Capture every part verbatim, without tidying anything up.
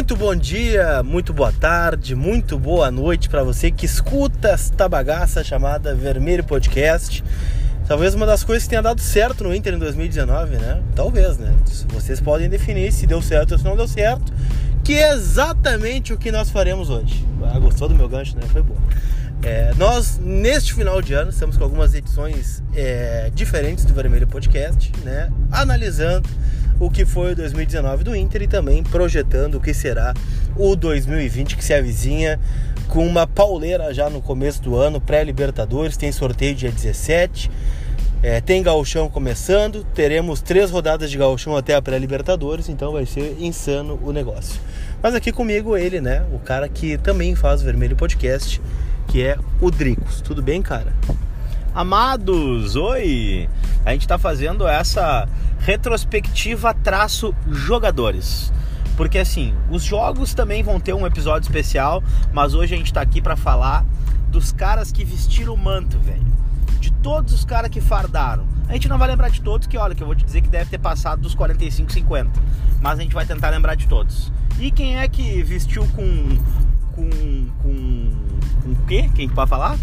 Muito bom dia, muito boa tarde, muito boa noite para você que escuta esta bagaça chamada Vermelho Podcast. Talvez uma das coisas que tenha dado certo no Inter em dois mil e dezenove, né? Talvez, né? Vocês podem definir se deu certo ou se não deu certo, que é exatamente o que nós faremos hoje. Ah, gostou do meu gancho, né? Foi bom. É, nós, neste final de ano, estamos com algumas edições é, diferentes do Vermelho Podcast, né? Analisando o que foi o dois mil e dezenove do Inter e também projetando o que será o dois mil e vinte que se avizinha, com uma pauleira já no começo do ano, pré-Libertadores. Tem sorteio dia dezessete, é, tem gauchão começando, teremos três rodadas de gauchão até a pré-Libertadores, então vai ser insano o negócio. Mas aqui comigo ele, né, o cara que também faz o Vermelho Podcast, que é o Dricos. Tudo bem, cara? Amados, oi! A gente tá fazendo essa retrospectiva traço jogadores, porque assim, os jogos também vão ter um episódio especial, mas hoje a gente tá aqui pra falar dos caras que vestiram o manto, velho, de todos os caras que fardaram. A gente não vai lembrar de todos, que olha, que eu vou te dizer que deve ter passado dos quarenta e cinco, cinquenta, mas a gente vai tentar lembrar de todos. E quem é que vestiu com com com com o quê? Quem pode falar?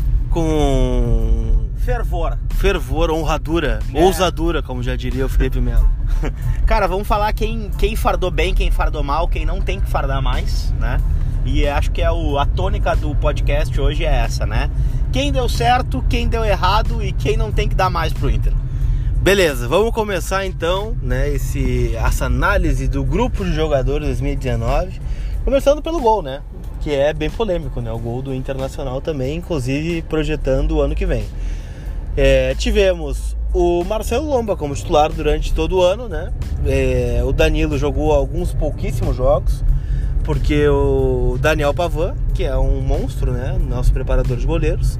Com Fervor. Fervor, honradura, É. ousadura, como já diria o Felipe Melo. Cara, vamos falar quem, quem fardou bem, quem fardou mal, quem não tem que fardar mais, né? E acho que é o, a tônica do podcast hoje é essa, né? Quem deu certo, quem deu errado e quem não tem que dar mais pro Inter. Beleza, vamos começar então, né, esse, essa análise do grupo de jogadores dois mil e dezenove, começando pelo gol, né? Que é bem polêmico, né? O gol do Internacional também, inclusive projetando o ano que vem. É, tivemos o Marcelo Lomba como titular durante todo o ano, né? É, o Danilo jogou alguns pouquíssimos jogos, porque o Daniel Pavan, que é um monstro, né? Nosso preparador de goleiros,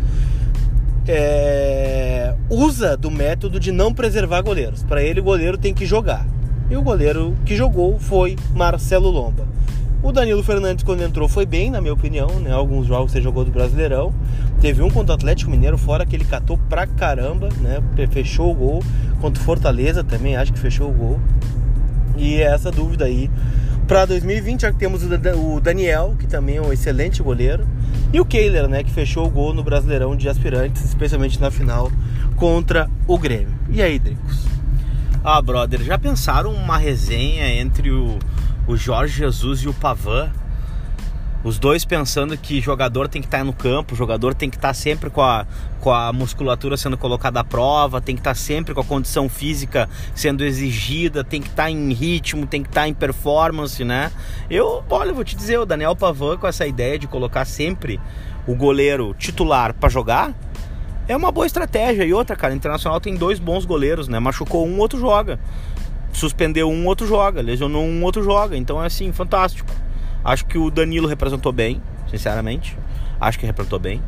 é, usa do método de não preservar goleiros. Para ele, o goleiro tem que jogar. E o goleiro que jogou foi Marcelo Lomba. O Danilo Fernandes, quando entrou, foi bem, na minha opinião, né? Alguns jogos você jogou do Brasileirão. Teve um contra o Atlético Mineiro fora que ele catou pra caramba, né? Fechou o gol. Contra o Fortaleza também, acho que fechou o gol. E é essa dúvida aí. Pra dois mil e vinte, já que temos o Daniel, que também é um excelente goleiro. E o Kehler, né? Que fechou o gol no Brasileirão de aspirantes, especialmente na final contra o Grêmio. E aí, Dricos? Ah, brother, já pensaram uma resenha entre o, o Jorge Jesus e o Pavan? Os dois pensando que jogador tem que estar no campo, o jogador tem que estar sempre com a, com a musculatura sendo colocada à prova, tem que estar sempre com a condição física sendo exigida, tem que estar em ritmo, tem que estar em performance, né? Eu, olha, vou te dizer, o Daniel Pavan com essa ideia de colocar sempre o goleiro titular para jogar, é uma boa estratégia. E outra, cara, o Internacional tem dois bons goleiros, né? Machucou um, outro joga. Suspendeu um, outro joga. Lesionou um, outro joga. Então é assim, fantástico. Acho que o Danilo representou bem, sinceramente. Acho que representou bem.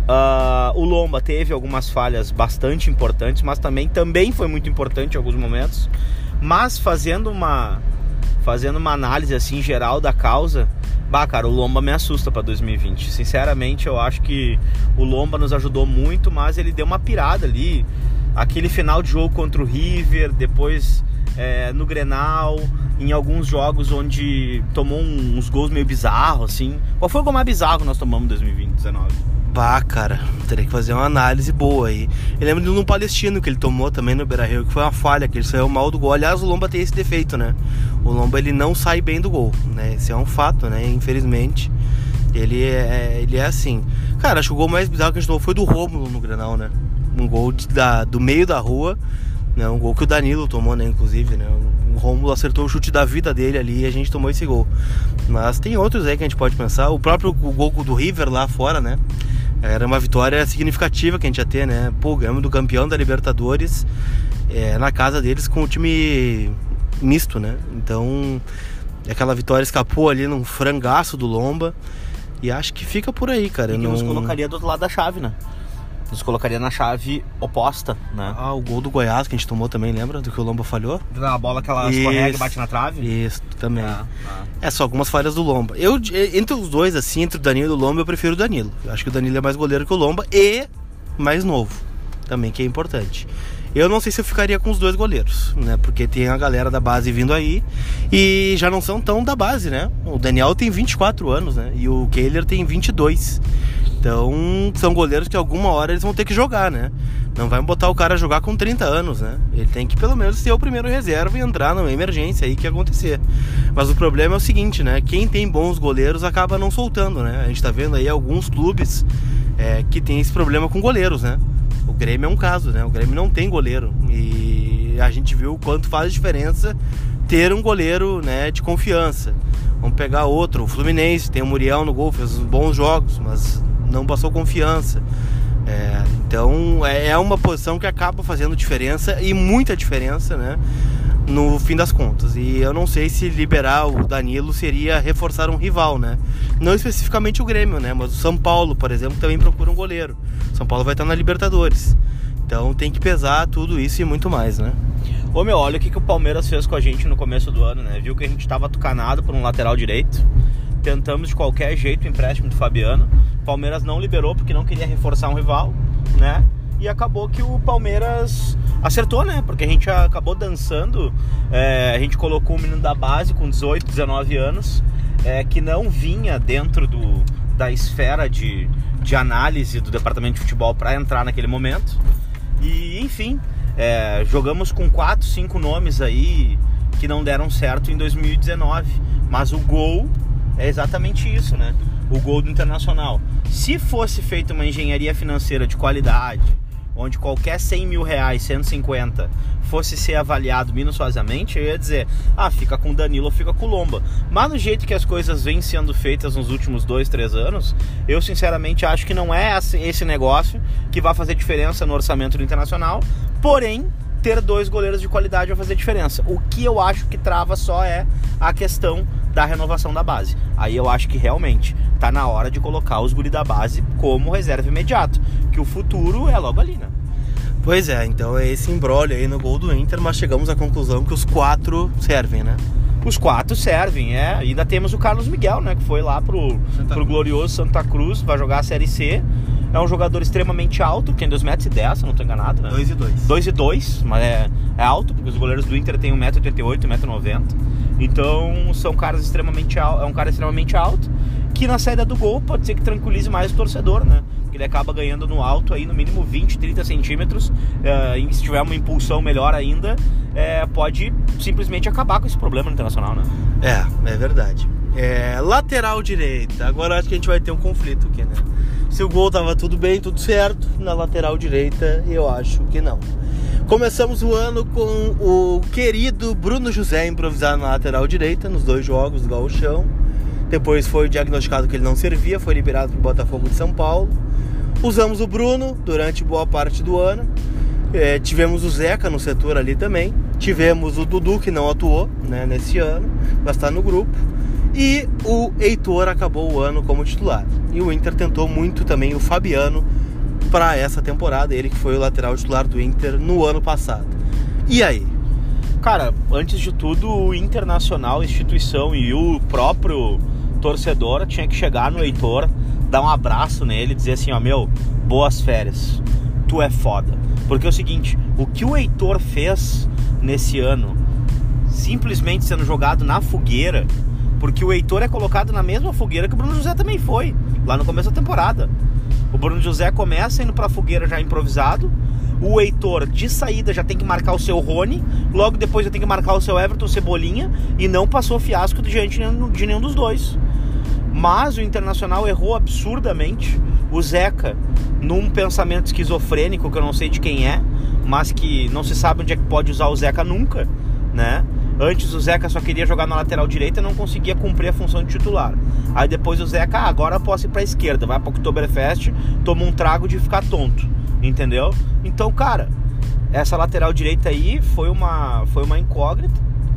Uh, o Lomba teve algumas falhas bastante importantes, mas também, também foi muito importante em alguns momentos. Mas fazendo uma, fazendo uma análise assim geral da causa, bah, cara, o Lomba me assusta para dois mil e vinte. Sinceramente, eu acho que o Lomba nos ajudou muito, mas ele deu uma pirada ali. Aquele final de jogo contra o River, depois é, no Grenal, em alguns jogos onde tomou uns gols meio bizarros, assim. Qual foi o gol mais bizarro que nós tomamos em dois mil e dezenove? Bah, cara, teria que fazer uma análise boa aí. Eu lembro de um Palestino que ele tomou também no Beira-Rio, que foi uma falha, que ele saiu mal do gol. Aliás, o Lomba tem esse defeito, né? O Lomba, ele não sai bem do gol, né? Esse é um fato, né? Infelizmente, ele é, ele é assim. Cara, acho que o gol mais bizarro que a gente tomou foi do Rômulo no Grenal, né? Um gol de, da, do meio da rua, né? Um gol que o Danilo tomou, né? Inclusive, né? O Rômulo acertou o chute da vida dele ali e a gente tomou esse gol. Mas tem outros aí que a gente pode pensar. O próprio o gol do River lá fora, né? Era uma vitória significativa que a gente ia ter, né? Pô, ganhamos do campeão da Libertadores é, na casa deles com o time misto, né? Então, aquela vitória escapou ali num frangaço do Lomba. E acho que fica por aí, cara. E que não... nos colocaria do outro lado da chave, né? Nos colocaria na chave oposta, né? Ah, o gol do Goiás que a gente tomou também, lembra? Do que o Lomba falhou? A bola que ela escorrega e bate na trave? Isso, também. É, é. é, só algumas falhas do Lomba. Eu, entre os dois, assim, entre o Danilo e o Lomba, eu prefiro o Danilo. Acho que o Danilo é mais goleiro que o Lomba e mais novo, também, que é importante. Eu não sei se eu ficaria com os dois goleiros, né? Porque tem a galera da base vindo aí e já não são tão da base, né? O Daniel tem vinte e quatro anos, né? E o Kehler tem vinte e dois. Então, são goleiros que alguma hora eles vão ter que jogar, né? Não vai botar o cara a jogar com trinta anos, né? Ele tem que pelo menos ser o primeiro reserva e entrar numa emergência aí que acontecer. Mas o problema é o seguinte, né? Quem tem bons goleiros acaba não soltando, né? A gente tá vendo aí alguns clubes é, que tem esse problema com goleiros, né? O Grêmio é um caso, né? O Grêmio não tem goleiro. E a gente viu o quanto faz diferença ter um goleiro, né, de confiança. Vamos pegar outro, o Fluminense, tem o Muriel no gol, fez bons jogos, mas não passou confiança. É, então é uma posição que acaba fazendo diferença, e muita diferença, né, no fim das contas. E eu não sei se liberar o Danilo seria reforçar um rival, né? Não especificamente o Grêmio, né? Mas o São Paulo, por exemplo, também procura um goleiro. São Paulo vai estar na Libertadores. Então tem que pesar tudo isso e muito mais, né? Ô meu, olha o que, que o Palmeiras fez com a gente no começo do ano, né? Viu que a gente estava tucanado por um lateral direito. Tentamos de qualquer jeito o empréstimo do Fabiano. O Palmeiras não liberou porque não queria reforçar um rival, né? E acabou que o Palmeiras acertou, né? Porque a gente acabou dançando. É, a gente colocou um menino da base com dezoito, dezenove anos, é, que não vinha dentro do, da esfera de, de análise do departamento de futebol para entrar naquele momento. E, enfim, é, jogamos com quatro, cinco nomes aí que não deram certo em dois mil e dezenove. Mas o gol é exatamente isso, né? O gol do Internacional. Se fosse feita uma engenharia financeira de qualidade, onde qualquer cem mil reais, cento e cinquenta, fosse ser avaliado minuciosamente, eu ia dizer, ah, fica com o Danilo ou fica com o Lomba. Mas no jeito que as coisas vêm sendo feitas nos últimos dois, três anos, eu sinceramente acho que não é esse negócio que vai fazer diferença no orçamento do Internacional. Porém, ter dois goleiros de qualidade vai fazer diferença. O que eu acho que trava só é a questão da renovação da base. Aí eu acho que realmente tá na hora de colocar os guri da base como reserva imediato, que o futuro é logo ali, né? Pois é, então é esse imbróglio aí no gol do Inter, mas chegamos à conclusão que os quatro servem, né? Os quatro servem, é. Ainda temos o Carlos Miguel, né? Que foi lá pro, pro glorioso Santa Cruz, vai jogar a Série C. É um jogador extremamente alto, tem dois metros e dez, se eu não tô enganado, né? dois e dois. dois e dois, mas é, é alto, porque os goleiros do Inter têm um metro e oitenta e oito, um metro e noventa. Então são caras extremamente altos, é um cara extremamente alto, que na saída do gol pode ser que tranquilize mais o torcedor, né? Porque ele acaba ganhando no alto aí no mínimo vinte, trinta centímetros, é, e se tiver uma impulsão melhor ainda, é, pode simplesmente acabar com esse problema no Internacional, né? É, é verdade. É, lateral direita, agora acho que a gente vai ter um conflito aqui, né? Se o gol tava tudo bem, tudo certo, na lateral direita eu acho que não. Começamos o ano com o querido Bruno José improvisado na lateral direita, nos dois jogos do Gauchão. Depois foi diagnosticado que ele não servia, foi liberado pro Botafogo de São Paulo. Usamos o Bruno durante boa parte do ano. É, tivemos o Zeca no setor ali também. Tivemos o Dudu, que não atuou, né, nesse ano, mas está no grupo. E o Heitor acabou o ano como titular. E o Inter tentou muito também o Fabiano para essa temporada, ele que foi o lateral titular do Inter no ano passado. E aí? Cara, antes de tudo, o Internacional, instituição e o próprio torcedor tinha que chegar no Heitor, dar um abraço nele e dizer assim, ó, meu, boas férias, tu é foda. Porque é o seguinte, o que o Heitor fez nesse ano, simplesmente sendo jogado na fogueira, porque o Heitor é colocado na mesma fogueira que o Bruno José também foi, lá no começo da temporada. O Bruno José começa indo pra fogueira já improvisado, o Heitor de saída já tem que marcar o seu Rony, logo depois já tem que marcar o seu Everton Cebolinha, e não passou fiasco diante de nenhum dos dois. Mas o Internacional errou absurdamente. O Zeca, num pensamento esquizofrênico que eu não sei de quem é, mas que não se sabe onde é que pode usar o Zeca nunca, né? Antes o Zeca só queria jogar na lateral direita e não conseguia cumprir a função de titular. Aí depois o Zeca, ah, agora eu posso ir pra esquerda, vai pro Oktoberfest, toma um trago de ficar tonto, entendeu? Então, cara, essa lateral direita aí foi uma, foi uma incógnita.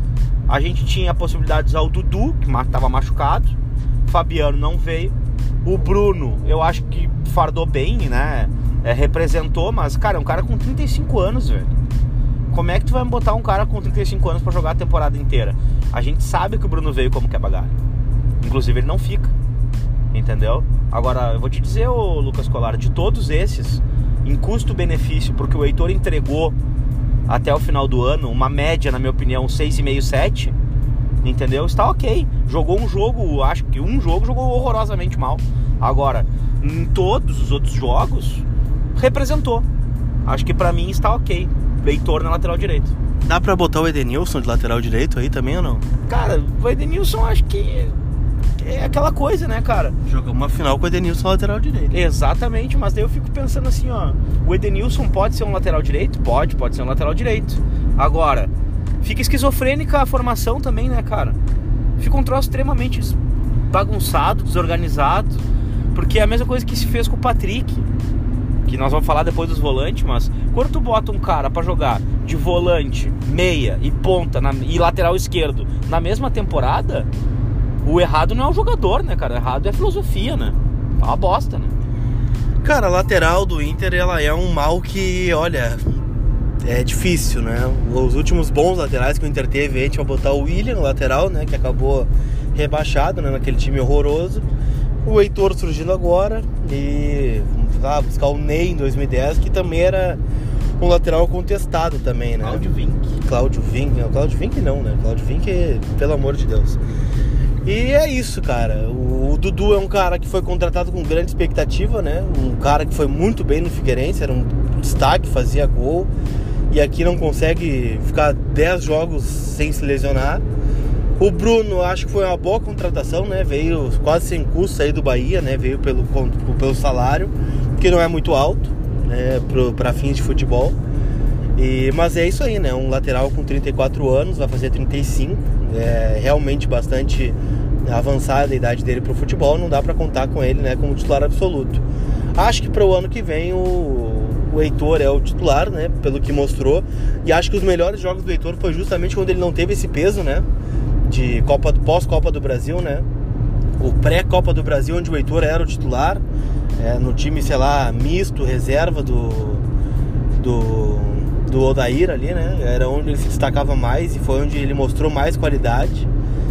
A gente tinha a possibilidade de usar o Dudu, que estava machucado. Fabiano não veio. O Bruno, eu acho que fardou bem, né? É, representou, mas, cara, é um cara com trinta e cinco anos, velho. Como é que tu vai botar um cara com trinta e cinco anos pra jogar a temporada inteira? A gente sabe que o Bruno veio como quer bagar. Inclusive ele não fica, entendeu? Agora, eu vou te dizer, ô Lucas Colar, de todos esses, em custo-benefício, porque o Heitor entregou até o final do ano uma média, na minha opinião, seis vírgula cinco, sete, entendeu? Está ok. Jogou um jogo, acho que um jogo jogou horrorosamente mal. Agora, em todos os outros jogos, representou. Acho que pra mim está ok. Heitor na lateral direito. Dá pra botar o Edenilson de lateral direito aí também ou não? Cara, o Edenilson acho que é aquela coisa, né, cara? Jogou uma final com o Edenilson lateral direito. Exatamente, mas daí eu fico pensando assim, ó. O Edenilson pode ser um lateral direito? Pode, pode ser um lateral direito. Agora, fica esquizofrênica a formação também, né, cara? Fica um troço extremamente bagunçado, desorganizado. Porque é a mesma coisa que se fez com o Patrick, que nós vamos falar depois dos volantes, mas quando tu bota um cara pra jogar de volante, meia e ponta na, e lateral esquerdo na mesma temporada, o errado não é o jogador, né, cara? O errado é a filosofia, né? É uma bosta, né? Cara, a lateral do Inter, ela é um mal que, olha, é difícil, né? Os últimos bons laterais que o Inter teve, a gente vai botar o William, lateral, né, que acabou rebaixado, né, naquele time horroroso. O Heitor surgindo agora e ah, buscar o Ney em dois mil e dez, que também era um lateral contestado também, né? Cláudio Vinck. Cláudio Vinck, não, Cláudio Vinck não, né? Cláudio Vinck, pelo amor de Deus. E é isso, cara. O, o Dudu é um cara que foi contratado com grande expectativa, né? Um cara que foi muito bem no Figueirense, era um destaque, fazia gol. E aqui não consegue ficar dez jogos sem se lesionar. O Bruno, acho que foi uma boa contratação, né? Veio quase sem custo aí do Bahia, né? Veio pelo, pelo salário, que não é muito alto, né? Para fins de futebol. E, mas é isso aí, né? Um lateral com trinta e quatro anos, vai fazer trinta e cinco. É realmente bastante avançada a idade dele pro futebol. Não dá para contar com ele, né, como titular absoluto. Acho que para o ano que vem o, o Heitor é o titular, né? Pelo que mostrou. E acho que os melhores jogos do Heitor foi justamente quando ele não teve esse peso, né? De Copa, pós-Copa do Brasil, né? O pré-Copa do Brasil, onde o Heitor era o titular, é, no time, sei lá, misto, reserva do, do, do Odair ali, né? Era onde ele se destacava mais e foi onde ele mostrou mais qualidade.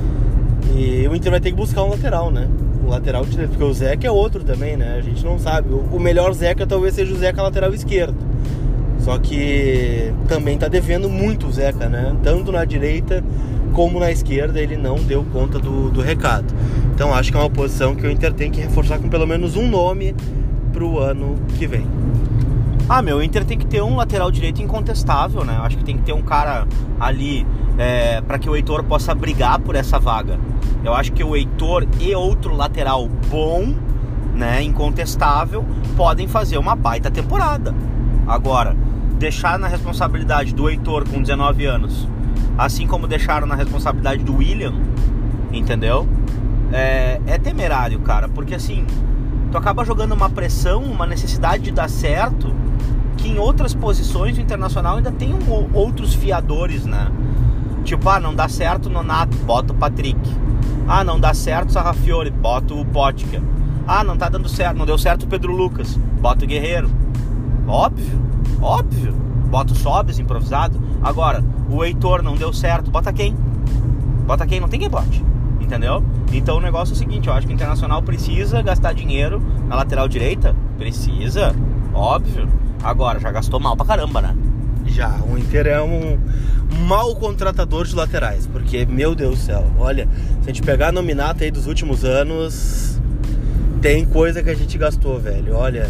E o Inter vai ter que buscar um lateral, né? Um lateral direito, porque o Zeca é outro também, né? A gente não sabe. O, o melhor Zeca talvez seja o Zeca lateral esquerdo. Só que também tá devendo muito o Zeca, né? Tanto na direita como na esquerda, ele não deu conta do, do recado. Então acho que é uma posição que o Inter tem que reforçar com pelo menos um nome pro ano que vem. Ah, meu, o Inter tem que ter um lateral direito incontestável, né? Acho que tem que ter um cara ali é, para que o Heitor possa brigar por essa vaga. Eu acho que o Heitor e outro lateral bom, né, incontestável, podem fazer uma baita temporada. Agora, deixar na responsabilidade do Heitor com dezenove anos, assim como deixaram na responsabilidade do William, entendeu? É, é temerário, cara, porque assim, tu acaba jogando uma pressão, uma necessidade de dar certo, que em outras posições do Internacional ainda tem um, outros fiadores, né? Tipo, ah, não dá certo o Nonato, bota o Patrick. Ah, não dá certo o Sarrafiore, bota o Potker. Ah, não tá dando certo, não deu certo o Pedro Lucas, bota o Guerreiro. Óbvio, óbvio. Bota o Sobes improvisado. Agora, o Heitor não deu certo, bota quem? Bota quem? Não tem quem bote, entendeu? Então o negócio é o seguinte, eu acho que o Internacional precisa gastar dinheiro na lateral direita. Precisa, óbvio. Agora, já gastou mal pra caramba, né? Já, o Inter é um mau contratador de laterais, porque, meu Deus do céu, olha, se a gente pegar a nominata aí dos últimos anos, tem coisa que a gente gastou, velho, olha.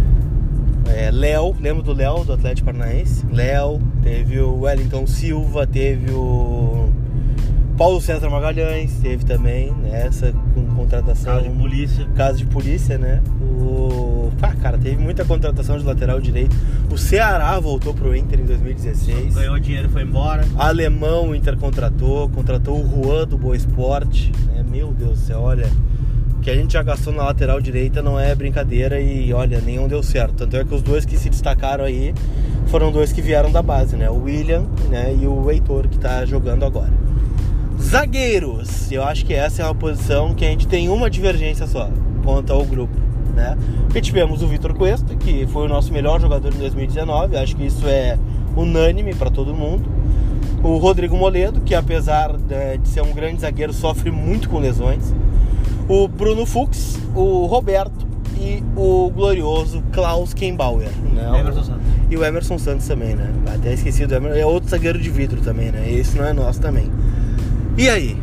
É, Léo, lembra do Léo, do Atlético Paranaense? Léo, teve o Wellington Silva, teve o Paulo César Magalhães, teve também, né, essa com contratação. Caso de polícia. Caso de polícia, né? O... Ah, cara, teve muita contratação de lateral direito. O Ceará voltou pro Inter em dois mil e dezesseis. Ganhou dinheiro e foi embora. Alemão o Inter contratou, contratou o Juan do Boa Esporte, né? Meu Deus do céu, olha. O que a gente já gastou na lateral direita não é brincadeira e, olha, nenhum deu certo. Tanto é que os dois que se destacaram aí foram dois que vieram da base, né? O William, né? E o Heitor, que tá jogando agora. Zagueiros. Eu acho que essa é uma posição que a gente tem uma divergência só quanto ao grupo, né? Porque tivemos o Vitor Cuesta, que foi o nosso melhor jogador em dois mil e dezenove. Acho que isso é unânime para todo mundo. O Rodrigo Moledo, que apesar de ser um grande zagueiro, sofre muito com lesões. O Bruno Fux, o Roberto e o glorioso Klaus Kembauer, né? Emerson Santos. E o Emerson Santos também, né? Até esqueci do Emerson. É outro zagueiro de vidro também, né? Esse não é nosso também. E aí?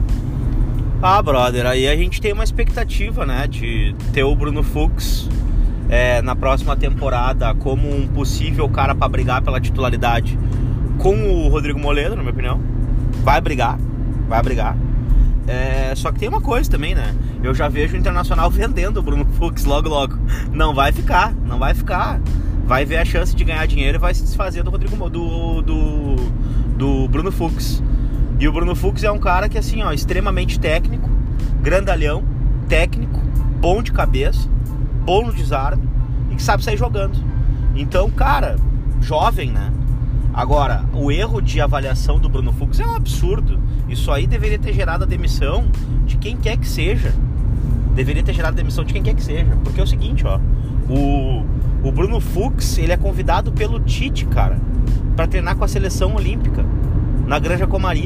Ah, brother, aí a gente tem uma expectativa, né? De ter o Bruno Fuchs é, na próxima temporada como um possível cara pra brigar pela titularidade com o Rodrigo Moledo, na minha opinião. Vai brigar, vai brigar. É, só que tem uma coisa também, né? Eu já vejo o Internacional vendendo o Bruno Fuchs logo logo. Não vai ficar, não vai ficar. Vai ver a chance de ganhar dinheiro e vai se desfazer do Rodrigo do, do, do Bruno Fuchs. E o Bruno Fuchs é um cara que, assim, ó, extremamente técnico, grandalhão, técnico, bom de cabeça, bom no desarme e que sabe sair jogando. Então, cara, jovem, né? Agora, o erro de avaliação do Bruno Fuchs é um absurdo. Isso aí deveria ter gerado a demissão de quem quer que seja. Deveria ter gerado a demissão de quem quer que seja. Porque é o seguinte, ó. O, o Bruno Fuchs, ele é convidado pelo Tite, cara, pra treinar com a seleção olímpica na Granja Comari.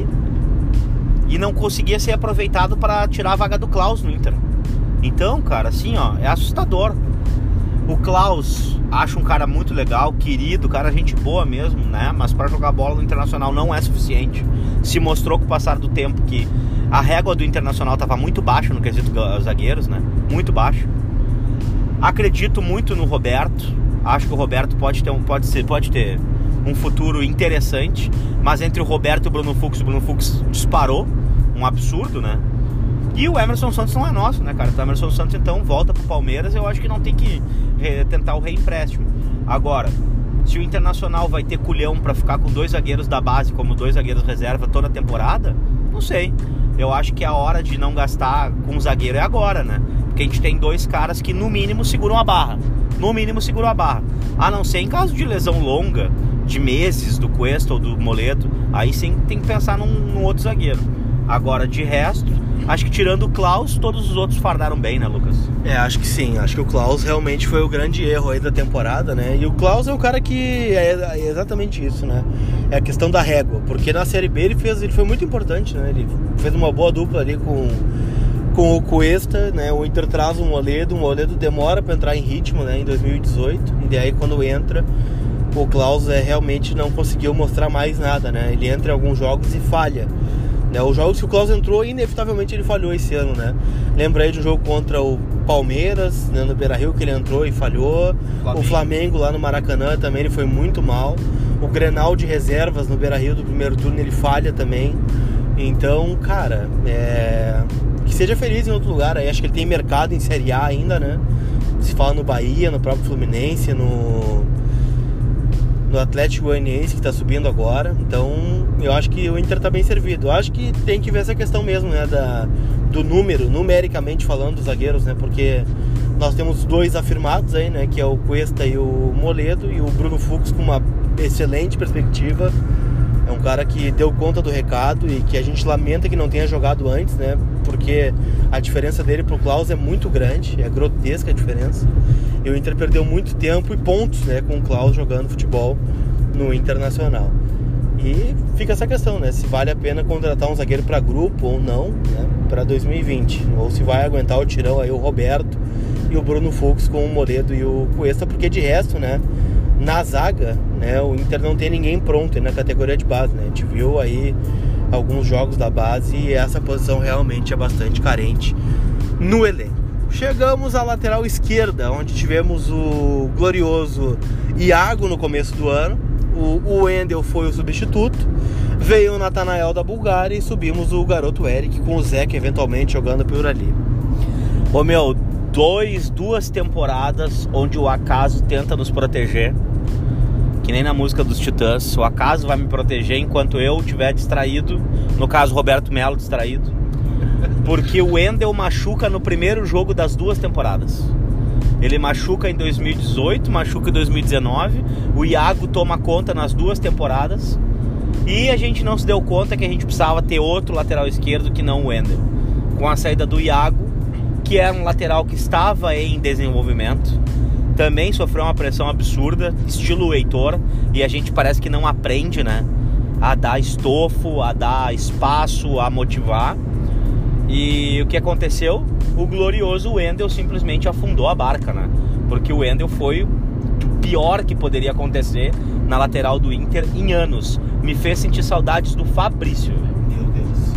E não conseguia ser aproveitado para tirar a vaga do Klaus no Inter. Então, cara, assim, ó, é assustador. O Klaus, acho um cara muito legal, querido, cara, gente boa mesmo, né? Mas para jogar bola no Internacional não é suficiente. Se mostrou com o passar do tempo que a régua do Internacional estava muito baixa no quesito zagueiros, né? Muito baixa. Acredito muito no Roberto. Acho que o Roberto pode ter um, pode ser, pode ter um futuro interessante. Mas entre o Roberto e o Bruno Fuchs, o Bruno Fuchs disparou. Um absurdo, né? E o Emerson Santos não é nosso, né, cara? Então, o Emerson Santos, então, volta pro Palmeiras. Eu acho que não tem que re- tentar o reempréstimo. Agora, se o Internacional vai ter culhão pra ficar com dois zagueiros da base como dois zagueiros reserva toda a temporada, não sei. Eu acho que a hora de não gastar com um zagueiro é agora, né? Porque a gente tem dois caras que, no mínimo, seguram a barra. No mínimo, seguram a barra. A não ser em caso de lesão longa, de meses, do Cuesta ou do Moledo, aí sim tem que pensar num, num outro zagueiro. Agora, de resto, acho que tirando o Klaus, todos os outros fardaram bem, né, Lucas? É, acho que sim. Acho que o Klaus realmente foi o grande erro aí da temporada, né? E o Klaus é o cara que é, é exatamente isso, né? É a questão da régua. Porque na Série B ele fez, ele foi muito importante, né? Ele fez uma boa dupla ali com, com o Cuesta, né? O Inter traz o Moledo, o Moledo demora para entrar em ritmo, né? Em dois mil e dezoito. E daí quando entra, o Klaus é, realmente não conseguiu mostrar mais nada, né? Ele entra em alguns jogos e falha. Né, os jogos que o Klaus entrou, inevitavelmente ele falhou esse ano, né? Lembra aí de um jogo contra o Palmeiras, né, no Beira-Rio, que ele entrou e falhou. Flamengo. O Flamengo lá no Maracanã também ele foi muito mal. O Grenal de reservas no Beira-Rio do primeiro turno ele falha também. Então, cara, é... que seja feliz em outro lugar. Aí acho que ele tem mercado em Série A ainda, né? Se fala no Bahia, no próprio Fluminense, no... no Atlético Goianiense, que tá subindo agora. Então eu acho que o Inter tá bem servido. Eu acho que tem que ver essa questão mesmo, né, da, do número, numericamente falando, dos zagueiros, né, porque nós temos dois afirmados aí, né, que é o Cuesta e o Moledo, e o Bruno Fuchs com uma excelente perspectiva. É um cara que deu conta do recado e que a gente lamenta que não tenha jogado antes, né, porque a diferença dele pro Klaus é muito grande, é grotesca a diferença. E o Inter perdeu muito tempo e pontos, né, com o Klaus jogando futebol no Internacional. E fica essa questão, né, se vale a pena contratar um zagueiro para grupo ou não, né, para dois mil e vinte, ou se vai aguentar o tirão aí o Roberto e o Bruno Fuchs com o Moledo e o Cuesta, porque de resto, né, na zaga, né, o Inter não tem ninguém pronto na categoria de base, né, a gente viu aí alguns jogos da base e essa posição realmente é bastante carente no elenco. Chegamos à lateral esquerda, onde tivemos o glorioso Iago no começo do ano. O, o Wendel foi o substituto. Veio o Natanael da Bulgária e subimos o garoto Eric com o Zeca eventualmente jogando por ali. Ô meu, dois, duas temporadas onde o acaso tenta nos proteger. Que nem na música dos Titãs. O acaso vai me proteger enquanto eu estiver distraído. No caso, Roberto Melo distraído. Porque o Wendel machuca no primeiro jogo das duas temporadas. Ele machuca em dois mil e dezoito, machuca em dois mil e dezenove. O Iago toma conta nas duas temporadas. E a gente não se deu conta que a gente precisava ter outro lateral esquerdo que não o Wendel. Com a saída do Iago, que era um lateral que estava em desenvolvimento, também sofreu uma pressão absurda, estilo Heitor. E a gente parece que não aprende, né, a dar estofo, a dar espaço, a motivar. E o que aconteceu? O glorioso Wendel simplesmente afundou a barca, né? Porque o Wendel foi o pior que poderia acontecer na lateral do Inter em anos. Me fez sentir saudades do Fabrício. Meu Deus.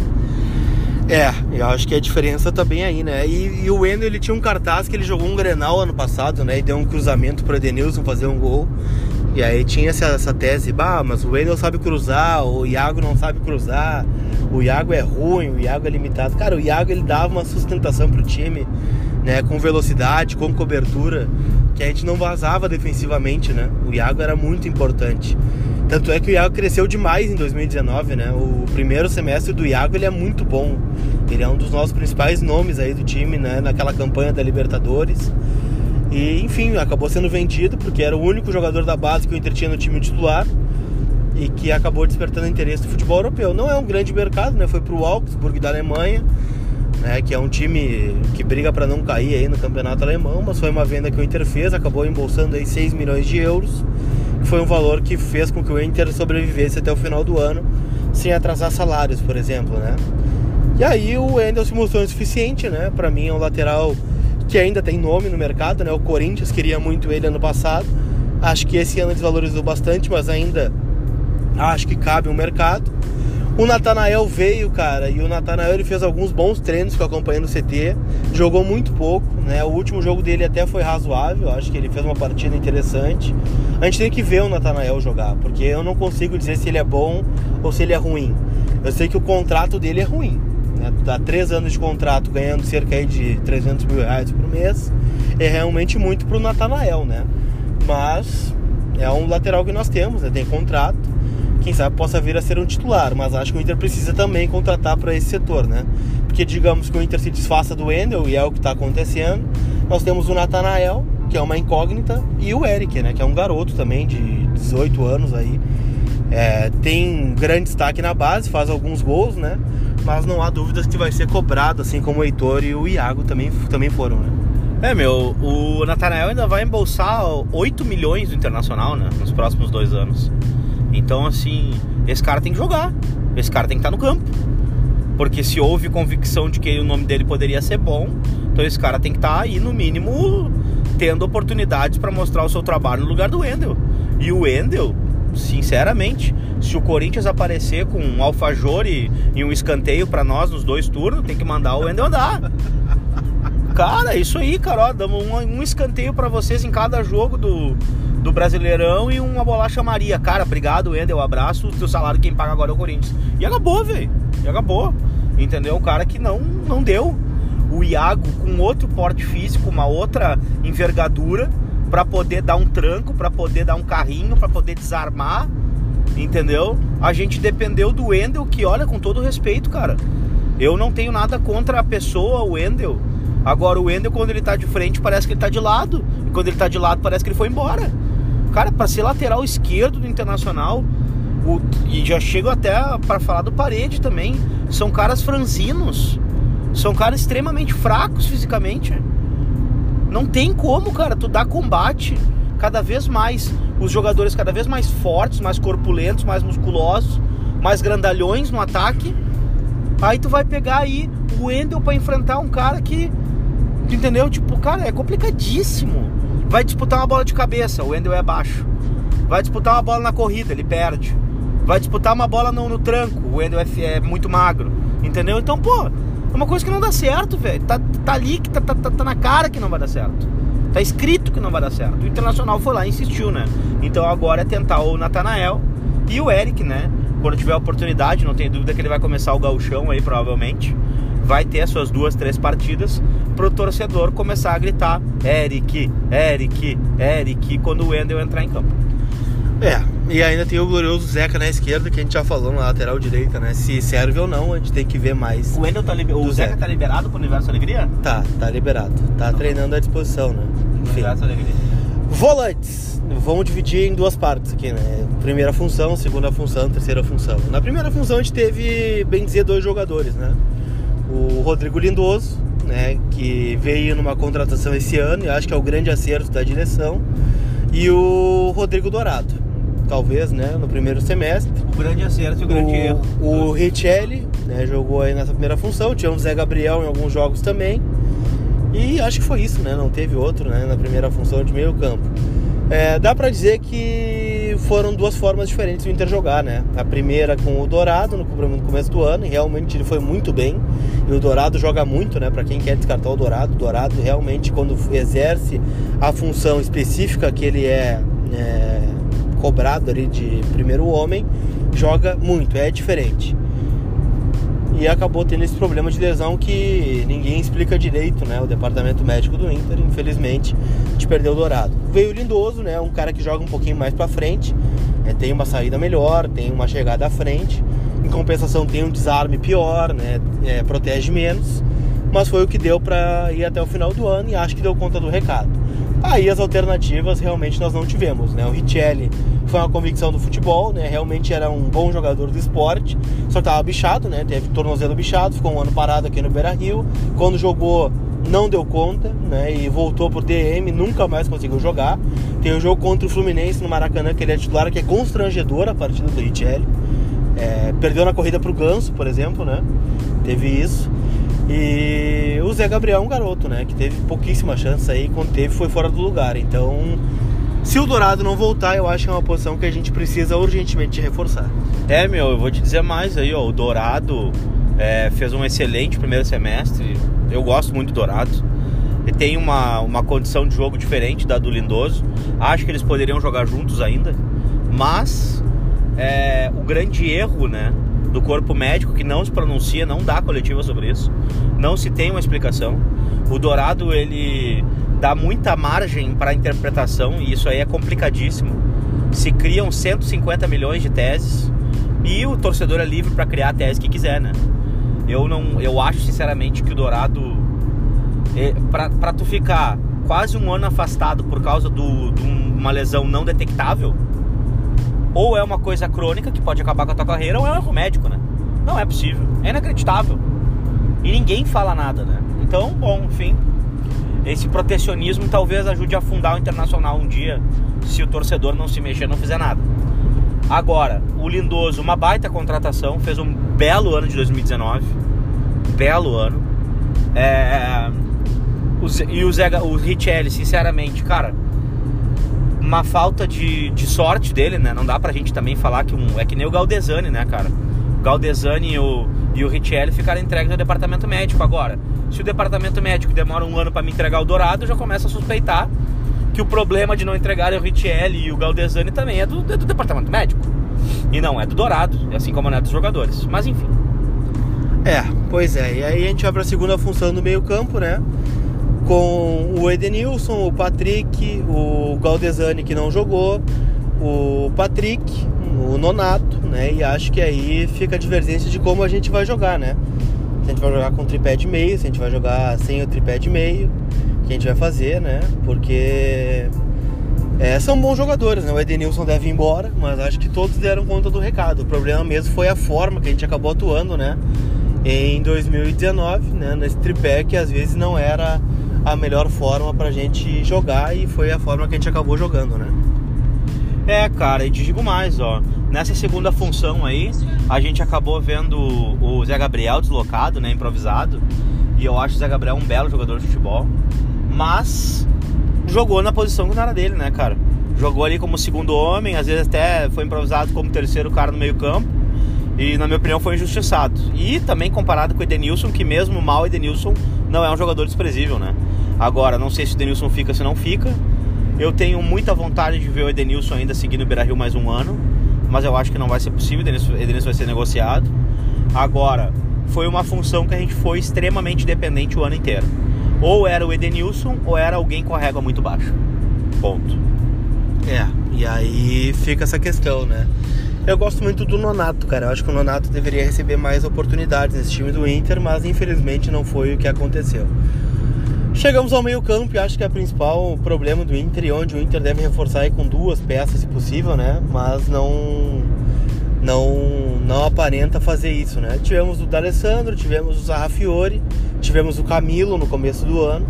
É, eu acho que a diferença tá bem aí, né? E, e o Wendel, ele tinha um cartaz que ele jogou um Grenal ano passado, né? E deu um cruzamento pro Edenilson fazer um gol. E aí tinha essa, essa tese, bah, mas o Wendel sabe cruzar, o Iago não sabe cruzar, o Iago é ruim, o Iago é limitado. Cara, o Iago, ele dava uma sustentação pro time, né? Com velocidade, com cobertura, que a gente não vazava defensivamente, né? O Iago era muito importante. Tanto é que o Iago cresceu demais em dois mil e dezenove, né? O primeiro semestre do Iago, ele é muito bom. Ele é um dos nossos principais nomes aí do time, né? Naquela campanha da Libertadores. E, enfim, acabou sendo vendido porque era o único jogador da base que o Inter tinha no time titular e que acabou despertando interesse do futebol europeu. Não é um grande mercado, né? Foi pro Augsburg da Alemanha, né? Que é um time que briga para não cair aí no campeonato alemão, mas foi uma venda que o Inter fez, acabou embolsando aí seis milhões de euros. Foi um valor que fez com que o Inter sobrevivesse até o final do ano, sem atrasar salários, por exemplo, né? E aí o Wendel se mostrou insuficiente, né? Pra mim é um lateral que ainda tem nome no mercado, né? O Corinthians queria muito ele ano passado. Acho que esse ano desvalorizou bastante, mas ainda acho que cabe um mercado. O Natanael veio, cara, e o Natanael, ele fez alguns bons treinos que eu acompanhei no C T, jogou muito pouco, né? O último jogo dele até foi razoável, acho que ele fez uma partida interessante. A gente tem que ver o Natanael jogar, porque eu não consigo dizer se ele é bom ou se ele é ruim. Eu sei que o contrato dele é ruim, né? Dá três anos de contrato ganhando cerca aí de trezentos mil reais por mês, é realmente muito pro Natanael, né? Mas é um lateral que nós temos, né? Tem contrato. Quem sabe possa vir a ser um titular, mas acho que o Inter precisa também contratar para esse setor, né? Porque digamos que o Inter se desfaça do Wendel, e é o que está acontecendo. Nós temos o Natanael, que é uma incógnita, e o Eric, né? Que é um garoto também de dezoito anos aí. É, tem grande destaque na base, faz alguns gols, né? Mas não há dúvidas que vai ser cobrado, assim como o Heitor e o Iago também, também foram, né? É, meu, o Natanael ainda vai embolsar oito milhões do Internacional, né? Nos próximos dois anos. Então, assim, esse cara tem que jogar, esse cara tem que estar no campo, porque se houve convicção de que o nome dele poderia ser bom, então esse cara tem que estar aí, no mínimo, tendo oportunidades para mostrar o seu trabalho no lugar do Wendel. E o Wendel, sinceramente, se o Corinthians aparecer com um alfajor e, e um escanteio para nós nos dois turnos, tem que mandar o Wendel andar. Cara, isso aí, cara, ó, damos um, um escanteio para vocês em cada jogo do... do Brasileirão e uma bolacha Maria. Cara, obrigado, Wendel, abraço. O teu salário quem paga agora é o Corinthians. E acabou, velho. E acabou. Entendeu? O cara que não, não deu. O Iago com outro porte físico, uma outra envergadura, pra poder dar um tranco, pra poder dar um carrinho, pra poder desarmar. Entendeu? A gente dependeu do Wendel, que olha, com todo respeito, cara, eu não tenho nada contra a pessoa, o Wendel. Agora o Wendel, quando ele tá de frente, parece que ele tá de lado. E quando ele tá de lado, parece que ele foi embora. Cara, pra ser lateral esquerdo do Internacional, o, e já chego até pra falar do Parede também, são caras franzinos, são caras extremamente fracos fisicamente. Não tem como, cara, tu dar combate cada vez mais, os jogadores cada vez mais fortes, mais corpulentos, mais musculosos, mais grandalhões no ataque. Aí tu vai pegar aí o Wendel pra enfrentar um cara que, entendeu? Tipo, cara, é complicadíssimo. Vai disputar uma bola de cabeça, o Wendel é baixo. Vai disputar uma bola na corrida, ele perde. Vai disputar uma bola no, no tranco, o Wendel é, é muito magro. Entendeu? Então, pô, é uma coisa que não dá certo, velho. Tá, tá ali, que tá, tá, tá na cara que não vai dar certo. Tá escrito que não vai dar certo. O Internacional foi lá e insistiu, né? Então agora é tentar o Natanael e o Eric, né? Quando tiver a oportunidade, não tenho dúvida que ele vai começar o gauchão aí, provavelmente. Vai ter as suas duas, três partidas pro torcedor começar a gritar Eric, Eric, Eric, quando o Wendel entrar em campo. É, e ainda tem o glorioso Zeca na esquerda, que a gente já falou na lateral direita, né? Se serve ou não, a gente tem que ver mais. O Wendel tá liber... O Zeca, Zeca tá liberado pro Universo Alegria? Tá, tá liberado. Tá, tá treinando à disposição, né? Enfim. Universo Alegria. Volantes. Vamos dividir em duas partes aqui, né? Primeira função, segunda função, terceira função. Na primeira função a gente teve, bem dizer, dois jogadores, né? O Rodrigo Lindoso, né? Que veio numa contratação esse ano e acho que é o grande acerto da direção. E o Rodrigo Dourado, talvez, né? No primeiro semestre. O grande acerto e o grande o, erro. O Richelli, né? Jogou aí nessa primeira função. Tivemos o Zé Gabriel em alguns jogos também. E acho que foi isso, né? Não teve outro, né? Na primeira função de meio campo. É, dá pra dizer que foram duas formas diferentes do Inter jogar, né? A primeira com o Dourado no começo do ano, e realmente ele foi muito bem. E o Dourado joga muito, né? Pra quem quer descartar o Dourado, o Dourado realmente, quando exerce a função específica que ele é, é cobrado ali de primeiro homem, joga muito, é diferente. E acabou tendo esse problema de lesão que ninguém explica direito, né? O departamento médico do Inter, infelizmente, de perder o Dourado. Veio o Lindoso, né? Um cara que joga um pouquinho mais pra frente, né? Tem uma saída melhor, tem uma chegada à frente. Em compensação tem um desarme pior, né? É, protege menos. Mas foi o que deu pra ir até o final do ano e acho que deu conta do recado. Aí as alternativas realmente nós não tivemos, né? O Richelli foi uma convicção do futebol, né? Realmente era um bom jogador do esporte, só estava bichado, né? Teve tornozelo bichado, ficou um ano parado aqui no Beira-Rio. Quando jogou, não deu conta, né? E voltou por D M, nunca mais conseguiu jogar. Tem um jogo contra o Fluminense no Maracanã, que ele é titular, que é constrangedor a partida do Richelli. É, perdeu na corrida pro Ganso, por exemplo, né? Teve isso. E o Zé Gabriel é um garoto, né? Que teve pouquíssima chance aí, quando teve foi fora do lugar. Então, se o Dourado não voltar, eu acho que é uma posição que a gente precisa urgentemente reforçar. É, meu, eu vou te dizer mais aí, ó. O Dourado é, fez um excelente primeiro semestre. Eu gosto muito do Dourado. Ele tem uma, uma condição de jogo diferente da do Lindoso. Acho que eles poderiam jogar juntos ainda. Mas é, o grande erro, né, do corpo médico, que não se pronuncia, não dá coletiva sobre isso, não se tem uma explicação. O Dourado, ele dá muita margem para interpretação e isso aí é complicadíssimo. Se criam cento e cinquenta milhões de teses e o torcedor é livre para criar a tese que quiser, né? Eu, não, eu acho sinceramente que o Dourado, é, para tu ficar quase um ano afastado por causa do, de uma lesão não detectável, ou é uma coisa crônica que pode acabar com a tua carreira, ou é um erro médico, né? Não é possível, é inacreditável. E ninguém fala nada, né? Então, bom, enfim, esse protecionismo talvez ajude a afundar o Internacional um dia, se o torcedor não se mexer, não fizer nada. Agora, o Lindoso, uma baita contratação, fez um belo ano de dois mil e dezenove, belo ano. É... E o, Zé, o Richelli, sinceramente, cara, uma falta de, de sorte dele, né? Não dá pra gente também falar que um... É que nem o Galdesani, né, cara? O Galdesani e o, e o Richelli ficaram entregues ao departamento médico. Agora, se o departamento médico demora um ano pra me entregar o Dourado, eu já começo a suspeitar que o problema de não entregar o Richelli e o Galdesani também é do, é do departamento médico. E não é do Dourado, assim como não é dos jogadores. Mas enfim. É, pois é. E aí a gente vai pra segunda função do meio campo, né? Com o Edenilson, o Patrick, o Galdesani que não jogou, o Patrick, o Nonato, né? E acho que aí fica a divergência de como a gente vai jogar, né? Se a gente vai jogar com tripé de meio, se a gente vai jogar sem o tripé de meio, que a gente vai fazer, né? Porque é, são bons jogadores, né? O Edenilson deve ir embora, mas acho que todos deram conta do recado. O problema mesmo foi a forma que a gente acabou atuando, né? Em dois mil e dezenove, né? Nesse tripé que às vezes não era a melhor forma pra gente jogar e foi a forma que a gente acabou jogando, né? É, cara, e te digo mais, ó. Nessa segunda função aí, a gente acabou vendo o Zé Gabriel deslocado, né, improvisado. E eu acho o Zé Gabriel um belo jogador de futebol. Mas jogou na posição que não era dele, né, cara? Jogou ali como segundo homem, às vezes até foi improvisado como terceiro cara no meio campo. E na minha opinião foi injustiçado. E também comparado com o Edenilson, que mesmo mal o Edenilson não é um jogador desprezível, né? Agora, não sei se o Edenilson fica, se não fica. Eu tenho muita vontade de ver o Edenilson ainda seguindo o Beira-Rio mais um ano, mas eu acho que não vai ser possível, o Edenilson, Edenilson vai ser negociado. Agora, foi uma função que a gente foi extremamente dependente o ano inteiro. Ou era o Edenilson, ou era alguém com a régua muito baixa. Ponto. É, e aí fica essa questão, né? Eu gosto muito do Nonato, cara. Eu acho que o Nonato deveria receber mais oportunidades nesse time do Inter, mas infelizmente não foi o que aconteceu. Chegamos ao meio campo e acho que é o principal problema do Inter, e onde o Inter deve reforçar aí com duas peças, se possível, né? Mas não, não, não aparenta fazer isso, né? Tivemos o D'Alessandro, tivemos o Sarrafiori, tivemos o Camilo no começo do ano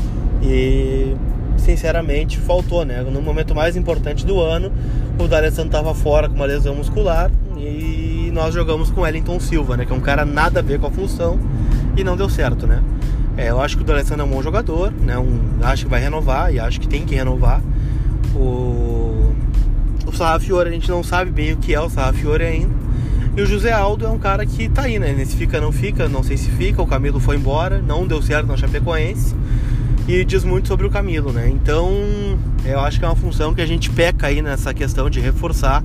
e sinceramente faltou, né? No momento mais importante do ano, o D'Alessandro estava fora com uma lesão muscular e e nós jogamos com o Wellington Silva, né? Que é um cara nada a ver com a função e não deu certo, né? É, eu acho que o D'Alessandro é um bom jogador, né? Um, acho que vai renovar e acho que tem que renovar. O, o Sarrafiore, a gente não sabe bem o que é o Sarrafiore ainda. E o José Aldo é um cara que tá aí, né? Se fica, não fica, não sei se fica. O Camilo foi embora, não deu certo na Chapecoense. E diz muito sobre o Camilo, né? Então, eu acho que é uma função que a gente peca aí nessa questão de reforçar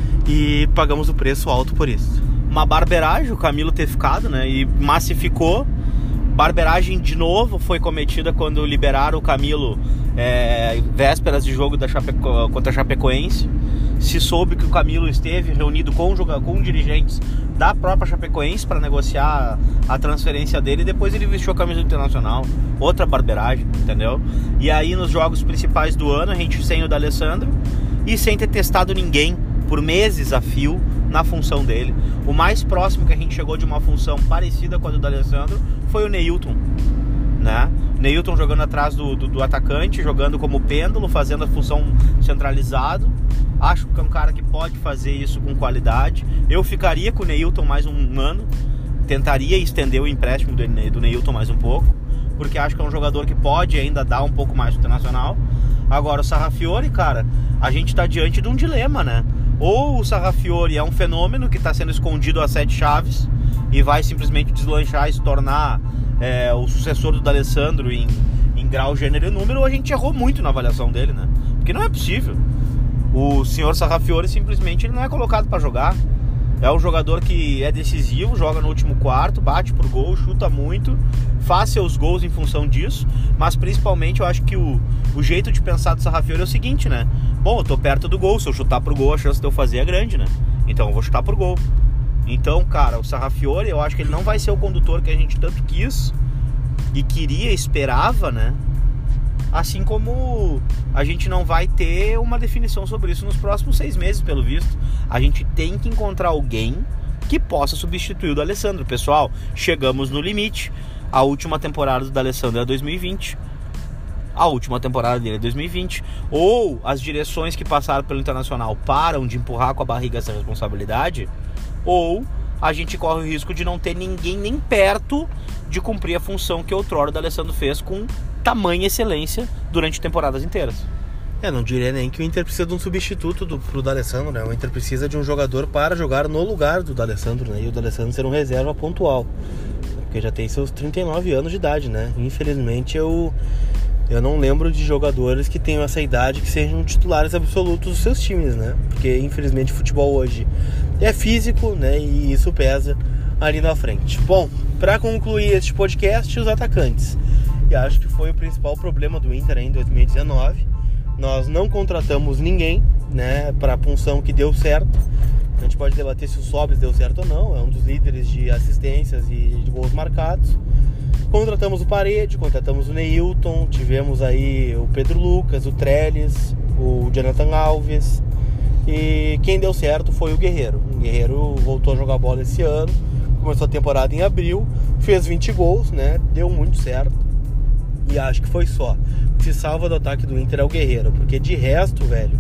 e pagamos o preço alto por isso. Uma barberagem o Camilo ter ficado, né? E massificou. Barberagem de novo foi cometida quando liberaram o Camilo é, vésperas de jogo da Chapeco, contra a Chapecoense. Se soube que o Camilo esteve reunido com, com dirigentes da própria Chapecoense para negociar a transferência dele e depois ele vestiu a camisa do Internacional. Outra barberagem, entendeu? E aí nos jogos principais do ano a gente sem o D'Alessandro e sem ter testado ninguém por meses a fio na função dele. O mais próximo que a gente chegou de uma função parecida com a do D'Alessandro foi o Neilton, né? Neilton jogando atrás do, do, do atacante, jogando como pêndulo, fazendo a função centralizado. Acho que é um cara que pode fazer isso com qualidade. Eu ficaria com o Neilton mais um ano, tentaria estender o empréstimo do, do Neilton mais um pouco, porque acho que é um jogador que pode ainda dar um pouco mais pro Internacional. Agora o Sarrafiore, cara, a gente tá diante de um dilema, né? Ou o Sarrafiore é um fenômeno que está sendo escondido a sete chaves e vai simplesmente deslanchar e se tornar é, o sucessor do D'Alessandro em, em grau, gênero e número, ou a gente errou muito na avaliação dele, né? Porque não é possível. O senhor Sarrafiore simplesmente ele não é colocado para jogar. É um jogador que é decisivo, joga no último quarto, bate por gol, chuta muito, faz seus gols em função disso, mas principalmente eu acho que o, o jeito de pensar do Sarrafiore é o seguinte, né? Bom, eu tô perto do gol, se eu chutar pro gol a chance de eu fazer é grande, né? Então eu vou chutar pro gol. Então, cara, o Sarrafiore, eu acho que ele não vai ser o condutor que a gente tanto quis e queria, esperava, né? Assim como a gente não vai ter uma definição sobre isso nos próximos seis meses, pelo visto. A gente tem que encontrar alguém que possa substituir o D'Alessandro. Pessoal, chegamos no limite. A última temporada do D'Alessandro é dois mil e vinte. A última temporada dele é dois mil e vinte. Ou as direções que passaram pelo Internacional param de empurrar com a barriga essa responsabilidade, ou a gente corre o risco de não ter ninguém nem perto de cumprir a função que outrora o D'Alessandro fez com tamanha excelência durante temporadas inteiras. É, não diria nem que o Inter precisa de um substituto do, pro D'Alessandro, né? O Inter precisa de um jogador para jogar no lugar do D'Alessandro, né? E o D'Alessandro ser um reserva pontual, porque já tem seus trinta e nove anos de idade, né? Infelizmente eu, eu não lembro de jogadores que tenham essa idade que sejam titulares absolutos dos seus times, né? Porque infelizmente o futebol hoje é físico, né? E isso pesa ali na frente. Bom, para concluir este podcast, os atacantes. E acho que foi o principal problema do Inter em dois mil e dezenove. Nós não contratamos ninguém, né, para a função que deu certo. A gente pode debater se o Sobis deu certo ou não. É um dos líderes de assistências e de gols marcados. Contratamos o Parede, contratamos o Neilton, tivemos aí o Pedro Lucas, o Trellis, o Jonathan Alves. E quem deu certo foi o Guerreiro. O Guerreiro voltou a jogar bola esse ano, começou a temporada em abril, fez vinte gols, né, deu muito certo. E acho que foi só. O que se salva do ataque do Inter é o Guerreiro, porque de resto, velho,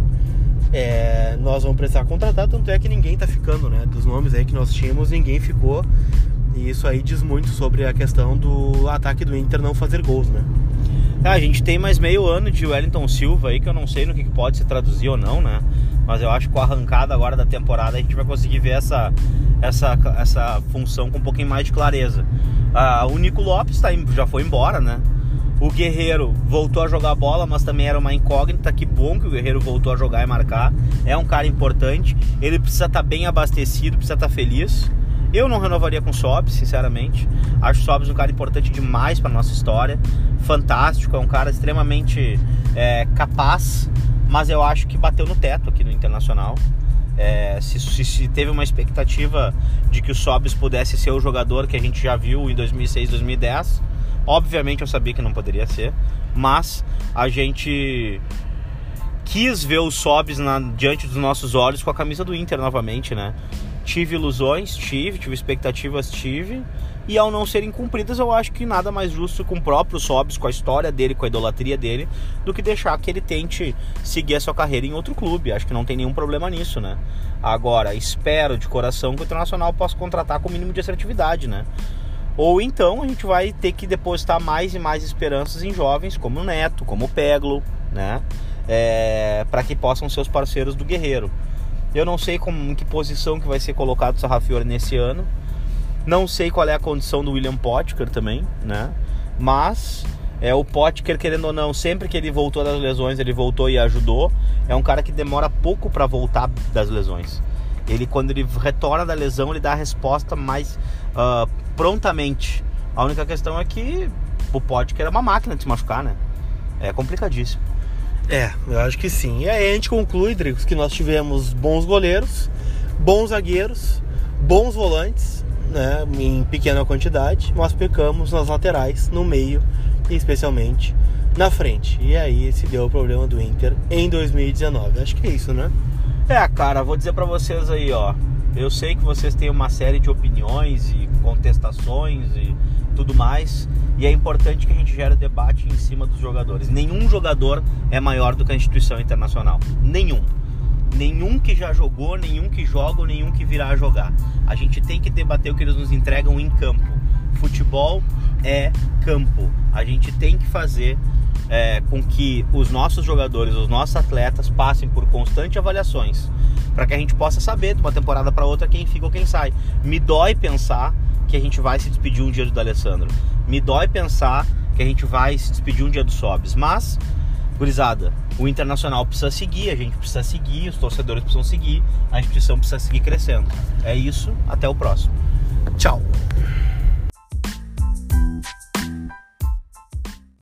é, nós vamos precisar contratar. Tanto é que ninguém tá ficando, né? Dos nomes aí que nós tínhamos, ninguém ficou. E isso aí diz muito sobre a questão do ataque do Inter não fazer gols, né? É, a gente tem mais meio ano de Wellington Silva aí, que eu não sei no que pode se traduzir ou não, né? Mas eu acho que com a arrancada agora da temporada a gente vai conseguir ver essa, essa, essa função com um pouquinho mais de clareza. Ah, o Nico Lopes tá, já foi embora, né? O Guerreiro voltou a jogar bola, mas também era uma incógnita. Que bom que o Guerreiro voltou a jogar e marcar. É um cara importante. Ele precisa estar bem abastecido, precisa estar feliz. Eu não renovaria com o Sobis, sinceramente. Acho o Sobis um cara importante demais para nossa história. Fantástico, é um cara extremamente é, capaz. Mas eu acho que bateu no teto aqui no Internacional. É, se, se, se teve uma expectativa de que o Sobis pudesse ser o jogador que a gente já viu em dois mil e seis, dois mil e dez... Obviamente eu sabia que não poderia ser, mas a gente quis ver o Sobis na, diante dos nossos olhos com a camisa do Inter novamente, né? tive ilusões, tive, tive expectativas, tive, e ao não serem cumpridas, eu acho que nada mais justo com o próprio Sobis, com a história dele, com a idolatria dele, do que deixar que ele tente seguir a sua carreira em outro clube. Acho que não tem nenhum problema nisso, né? Agora, espero de coração que o Internacional possa contratar com o mínimo de assertividade, né? Ou então a gente vai ter que depositar mais e mais esperanças em jovens como o Neto, como o Peglo, né? É, para que possam ser os parceiros do Guerreiro. Eu não sei como, em que posição que vai ser colocado o Sarrafiore nesse ano. Não sei qual é a condição do William Potker também, né? Mas é, o Potker, querendo ou não, sempre que ele voltou das lesões, ele voltou e ajudou. É um cara que demora pouco para voltar das lesões. Ele, quando ele retorna da lesão, ele dá a resposta mais uh, prontamente. A única questão é que o Potker é uma máquina de se machucar, né? É complicadíssimo. É, eu acho que sim. E aí a gente conclui, Dricos, que nós tivemos bons goleiros, bons zagueiros, bons volantes, né, em pequena quantidade, mas pecamos nas laterais, no meio e especialmente na frente. E aí se deu o problema do Inter em dois mil e dezenove. Acho que é isso, né? É, cara, vou dizer pra vocês aí, ó. Eu sei que vocês têm uma série de opiniões e contestações e tudo mais, e é importante que a gente gere debate em cima dos jogadores. Nenhum jogador é maior do que a instituição internacional. Nenhum. Nenhum que já jogou, nenhum que joga, nenhum que virá a jogar. A gente tem que debater o que eles nos entregam em campo. Futebol é campo. A gente tem que fazer é, com que os nossos jogadores, os nossos atletas passem por constantes avaliações, para que a gente possa saber de uma temporada para outra quem fica ou quem sai. Me dói pensar que a gente vai se despedir um dia do D'Alessandro. Me dói pensar que a gente vai se despedir um dia do Sobis. Mas, gurizada, o Internacional precisa seguir, a gente precisa seguir, os torcedores precisam seguir, a instituição precisa seguir crescendo. É isso, até o próximo. Tchau.